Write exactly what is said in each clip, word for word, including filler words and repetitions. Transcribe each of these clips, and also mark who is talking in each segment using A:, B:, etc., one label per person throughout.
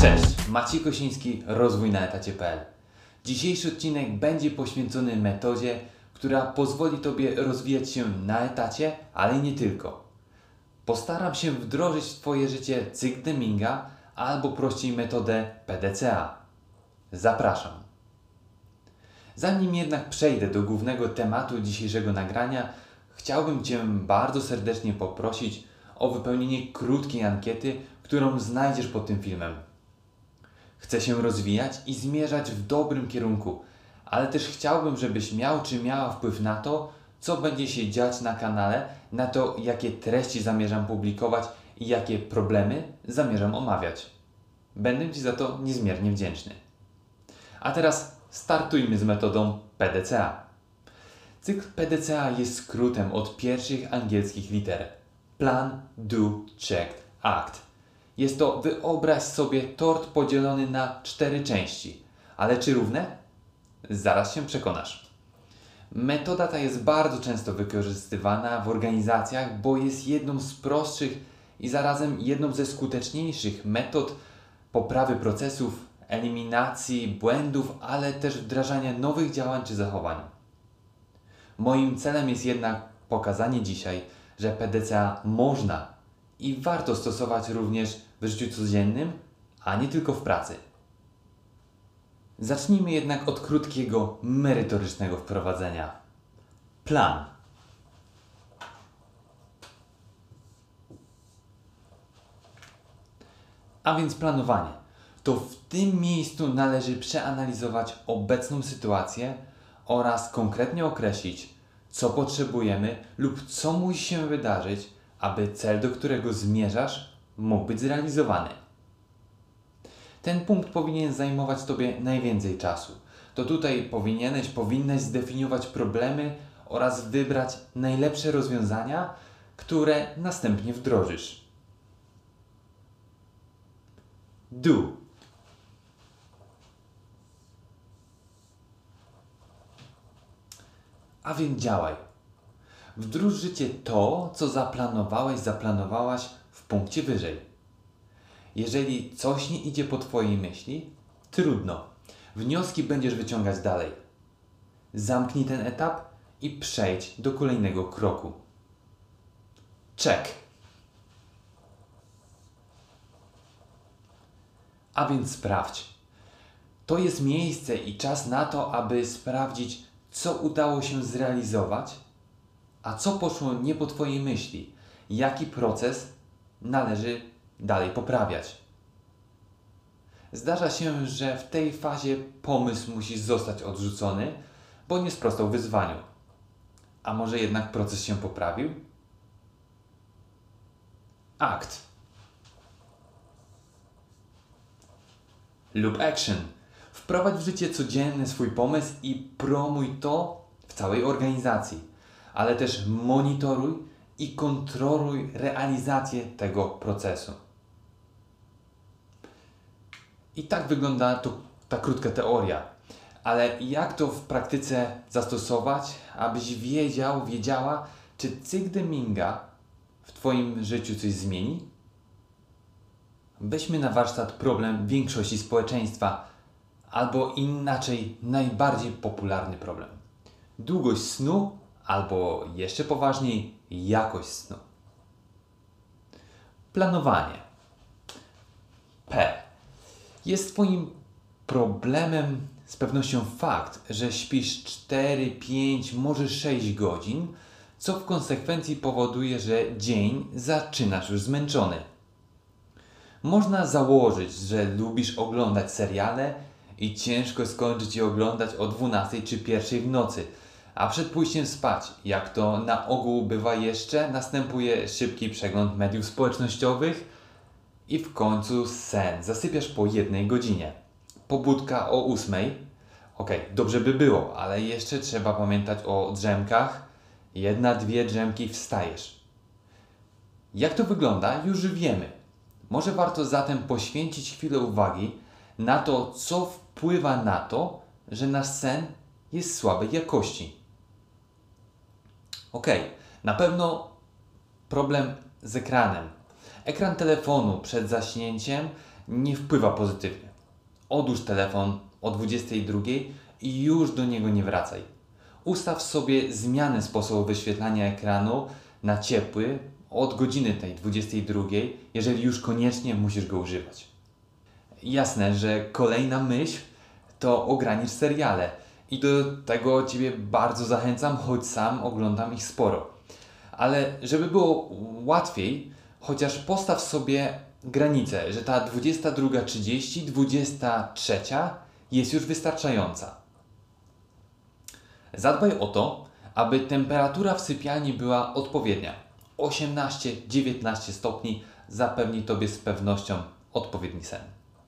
A: Cześć, Maciej Kosiński, rozwój na etacie kropka pe el. Dzisiejszy odcinek będzie poświęcony metodzie, która pozwoli Tobie rozwijać się na etacie, ale i nie tylko. Postaram się wdrożyć w Twoje życie cykl Deminga albo prościej metodę pe de ce a. Zapraszam. Zanim jednak przejdę do głównego tematu dzisiejszego nagrania, chciałbym Cię bardzo serdecznie poprosić o wypełnienie krótkiej ankiety, którą znajdziesz pod tym filmem. Chcę się rozwijać i zmierzać w dobrym kierunku, ale też chciałbym, żebyś miał czy miała wpływ na to, co będzie się dziać na kanale, na to, jakie treści zamierzam publikować i jakie problemy zamierzam omawiać. Będę Ci za to niezmiernie wdzięczny. A teraz startujmy z metodą pe de ce a. Cykl pe de ce a jest skrótem od pierwszych angielskich liter. Plan, Do, Check, Act. Jest to, wyobraź sobie, tort podzielony na cztery części. Ale czy równe? Zaraz się przekonasz. Metoda ta jest bardzo często wykorzystywana w organizacjach, bo jest jedną z prostszych i zarazem jedną ze skuteczniejszych metod poprawy procesów, eliminacji błędów, ale też wdrażania nowych działań czy zachowań. Moim celem jest jednak pokazanie dzisiaj, że pe de ce a można i warto stosować również w życiu codziennym, a nie tylko w pracy. Zacznijmy jednak od krótkiego, merytorycznego wprowadzenia. Plan. A więc planowanie. To w tym miejscu należy przeanalizować obecną sytuację oraz konkretnie określić, co potrzebujemy lub co musi się wydarzyć, aby cel, do którego zmierzasz, mógł być zrealizowany. Ten punkt powinien zajmować Tobie najwięcej czasu. To tutaj powinieneś, powinnaś zdefiniować problemy oraz wybrać najlepsze rozwiązania, które następnie wdrożysz. Do. A więc działaj. Wdróż życie to, co zaplanowałeś, zaplanowałaś w punkcie wyżej. Jeżeli coś nie idzie po Twojej myśli, trudno. Wnioski będziesz wyciągać dalej. Zamknij ten etap i przejdź do kolejnego kroku. Check. A więc sprawdź. To jest miejsce i czas na to, aby sprawdzić, co udało się zrealizować, a co poszło nie po Twojej myśli. Jaki proces należy dalej poprawiać. Zdarza się, że w tej fazie pomysł musi zostać odrzucony, bo nie sprostał wyzwaniu. A może jednak proces się poprawił? Act lub action. Wprowadź w życie codzienny swój pomysł i promuj to w całej organizacji, ale też monitoruj i kontroluj realizację tego procesu. I tak wygląda to, ta krótka teoria. Ale jak to w praktyce zastosować, abyś wiedział, wiedziała, czy cykl Deminga w Twoim życiu coś zmieni? Weźmy na warsztat problem większości społeczeństwa, albo inaczej najbardziej popularny problem. Długość snu, albo jeszcze poważniej, jakość snu. Planowanie. P. Jest Twoim problemem z pewnością fakt, że śpisz cztery, pięć, może sześć godzin, co w konsekwencji powoduje, że dzień zaczynasz już zmęczony. Można założyć, że lubisz oglądać seriale i ciężko skończyć je oglądać o dwunastej czy pierwszej w nocy, a przed pójściem spać, jak to na ogół bywa jeszcze, następuje szybki przegląd mediów społecznościowych i w końcu sen. Zasypiasz po jednej godzinie. Pobudka o ósmej. Okej, okay, dobrze by było, ale jeszcze trzeba pamiętać o drzemkach. Jedna, dwie drzemki, wstajesz. Jak to wygląda, już wiemy. Może warto zatem poświęcić chwilę uwagi na to, co wpływa na to, że nasz sen jest słabej jakości. Ok, na pewno problem z ekranem. Ekran telefonu przed zaśnięciem nie wpływa pozytywnie. Odłóż telefon o dwudziestej drugiej i już do niego nie wracaj. Ustaw sobie zmianę sposobu wyświetlania ekranu na ciepły od godziny tej dwudziestej drugiej, jeżeli już koniecznie musisz go używać. Jasne, że kolejna myśl to ogranicz seriale i do tego Ciebie bardzo zachęcam, choć sam oglądam ich sporo. Ale żeby było łatwiej, chociaż postaw sobie granicę, że ta dwudziesta druga trzydzieści, dwudziesta trzecia jest już wystarczająca. Zadbaj o to, aby temperatura w sypialni była odpowiednia. osiemnaście dziewiętnaście stopni zapewni Tobie z pewnością odpowiedni sen.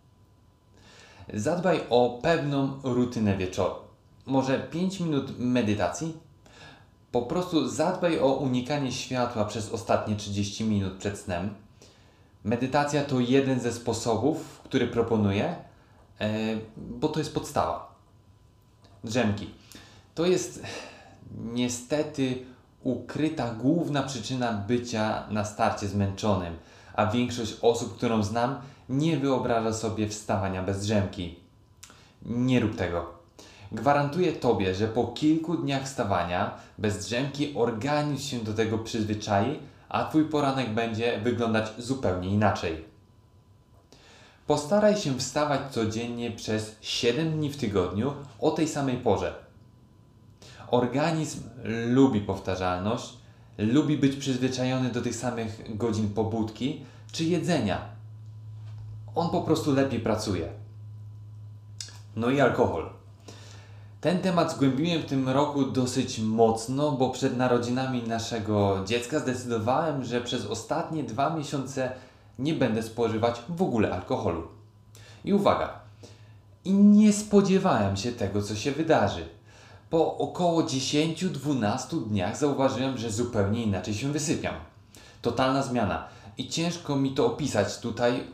A: Zadbaj o pewną rutynę wieczoru. Może pięć minut medytacji? Po prostu zadbaj o unikanie światła przez ostatnie trzydzieści minut przed snem. Medytacja to jeden ze sposobów, który proponuję, bo to jest podstawa. Drzemki. To jest niestety ukryta główna przyczyna bycia na starcie zmęczonym, a większość osób, którą znam, nie wyobraża sobie wstawania bez drzemki. Nie rób tego. Gwarantuję Tobie, że po kilku dniach wstawania bez drzemki organizm się do tego przyzwyczai, a Twój poranek będzie wyglądać zupełnie inaczej. Postaraj się wstawać codziennie przez siedem dni w tygodniu o tej samej porze. Organizm lubi powtarzalność, lubi być przyzwyczajony do tych samych godzin pobudki czy jedzenia. On po prostu lepiej pracuje. No i alkohol. Ten temat zgłębiłem w tym roku dosyć mocno, bo przed narodzinami naszego dziecka zdecydowałem, że przez ostatnie dwa miesiące nie będę spożywać w ogóle alkoholu. I uwaga, i nie spodziewałem się tego, co się wydarzy. Po około dziesięciu do dwunastu dniach zauważyłem, że zupełnie inaczej się wysypiam. Totalna zmiana. I ciężko mi to opisać tutaj,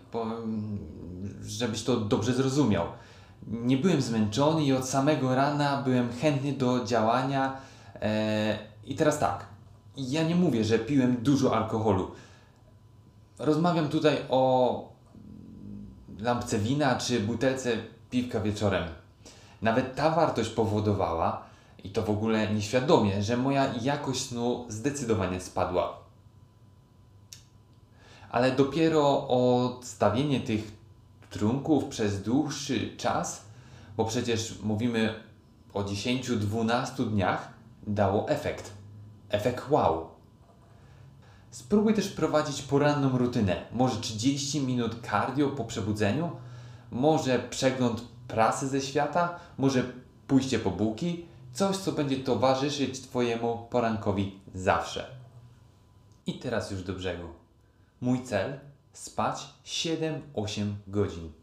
A: żebyś to dobrze zrozumiał. Nie byłem zmęczony i od samego rana byłem chętny do działania. Eee, I teraz tak, ja nie mówię, że piłem dużo alkoholu. Rozmawiam tutaj o lampce wina czy butelce piwka wieczorem. Nawet ta wartość powodowała, i to w ogóle nieświadomie, że moja jakość snu zdecydowanie spadła. Ale dopiero odstawienie tych trunków przez dłuższy czas, bo przecież mówimy o dziesięciu do dwunastu dniach, dało efekt. Efekt wow. Spróbuj też prowadzić poranną rutynę. Może trzydzieści minut cardio po przebudzeniu, może przegląd prasy ze świata, może pójście po bułki, coś co będzie towarzyszyć Twojemu porankowi zawsze. I teraz już do brzegu. Mój cel: spać siedem do ośmiu godzin.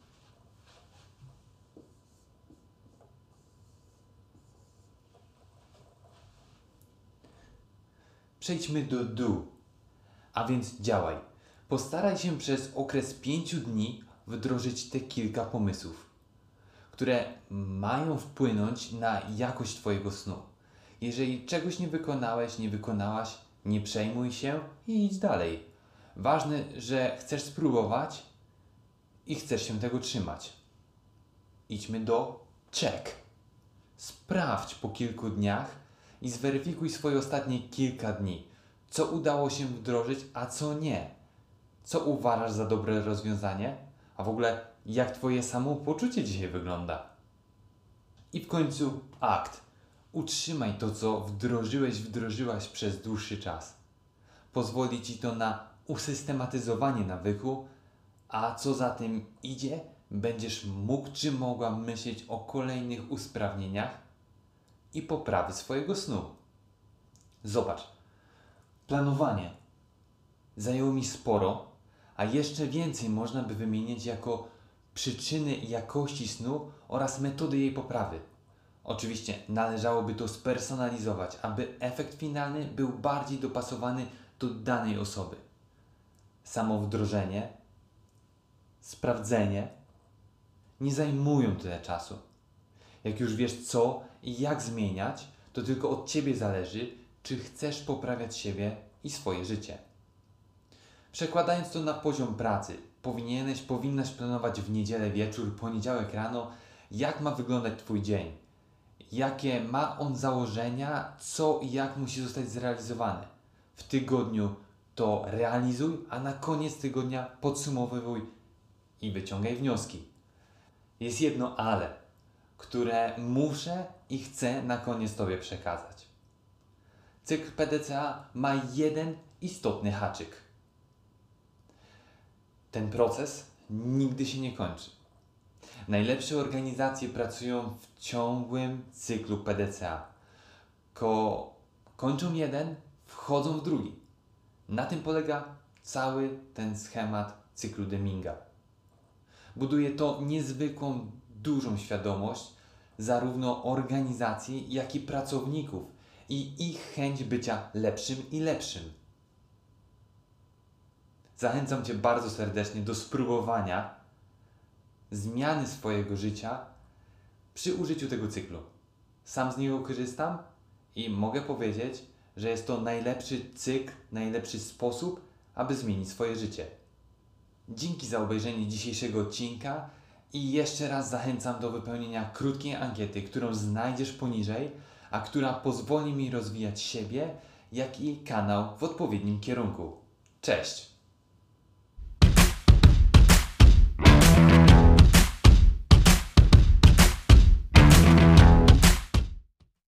A: Przejdźmy do do, a więc działaj. Postaraj się przez okres pięciu dni wdrożyć te kilka pomysłów, które mają wpłynąć na jakość Twojego snu. Jeżeli czegoś nie wykonałeś, nie wykonałaś, nie przejmuj się i idź dalej. Ważne, że chcesz spróbować i chcesz się tego trzymać. Idźmy do check. Sprawdź po kilku dniach i zweryfikuj swoje ostatnie kilka dni. Co udało się wdrożyć, a co nie. Co uważasz za dobre rozwiązanie? A w ogóle jak Twoje samopoczucie dzisiaj wygląda? I w końcu akt. Utrzymaj to, co wdrożyłeś, wdrożyłaś przez dłuższy czas. Pozwoli Ci to na usystematyzowanie nawyku, a co za tym idzie, będziesz mógł czy mogła myśleć o kolejnych usprawnieniach i poprawy swojego snu. Zobacz, planowanie zajęło mi sporo, a jeszcze więcej można by wymienić jako przyczyny jakości snu oraz metody jej poprawy. Oczywiście należałoby to spersonalizować, aby efekt finalny był bardziej dopasowany do danej osoby. Samo wdrożenie, sprawdzenie nie zajmują tyle czasu. Jak już wiesz co i jak zmieniać, to tylko od Ciebie zależy, czy chcesz poprawiać siebie i swoje życie. Przekładając to na poziom pracy, powinieneś, powinnaś planować w niedzielę wieczór, poniedziałek rano, jak ma wyglądać Twój dzień. Jakie ma on założenia, co i jak musi zostać zrealizowane. W tygodniu to realizuj, a na koniec tygodnia podsumowuj i wyciągaj wnioski. Jest jedno ale, które muszę i chcę na koniec Tobie przekazać. Cykl P D C A ma jeden istotny haczyk. Ten proces nigdy się nie kończy. Najlepsze organizacje pracują w ciągłym cyklu P D C A. Ko kończą jeden, wchodzą w drugi. Na tym polega cały ten schemat cyklu Deminga. Buduje to niezwykłą, dużą świadomość zarówno organizacji, jak i pracowników i ich chęć bycia lepszym i lepszym. Zachęcam Cię bardzo serdecznie do spróbowania zmiany swojego życia przy użyciu tego cyklu. Sam z niego korzystam i mogę powiedzieć, że jest to najlepszy cykl, najlepszy sposób, aby zmienić swoje życie. Dzięki za obejrzenie dzisiejszego odcinka i jeszcze raz zachęcam do wypełnienia krótkiej ankiety, którą znajdziesz poniżej, a która pozwoli mi rozwijać siebie, jak i kanał w odpowiednim kierunku. Cześć!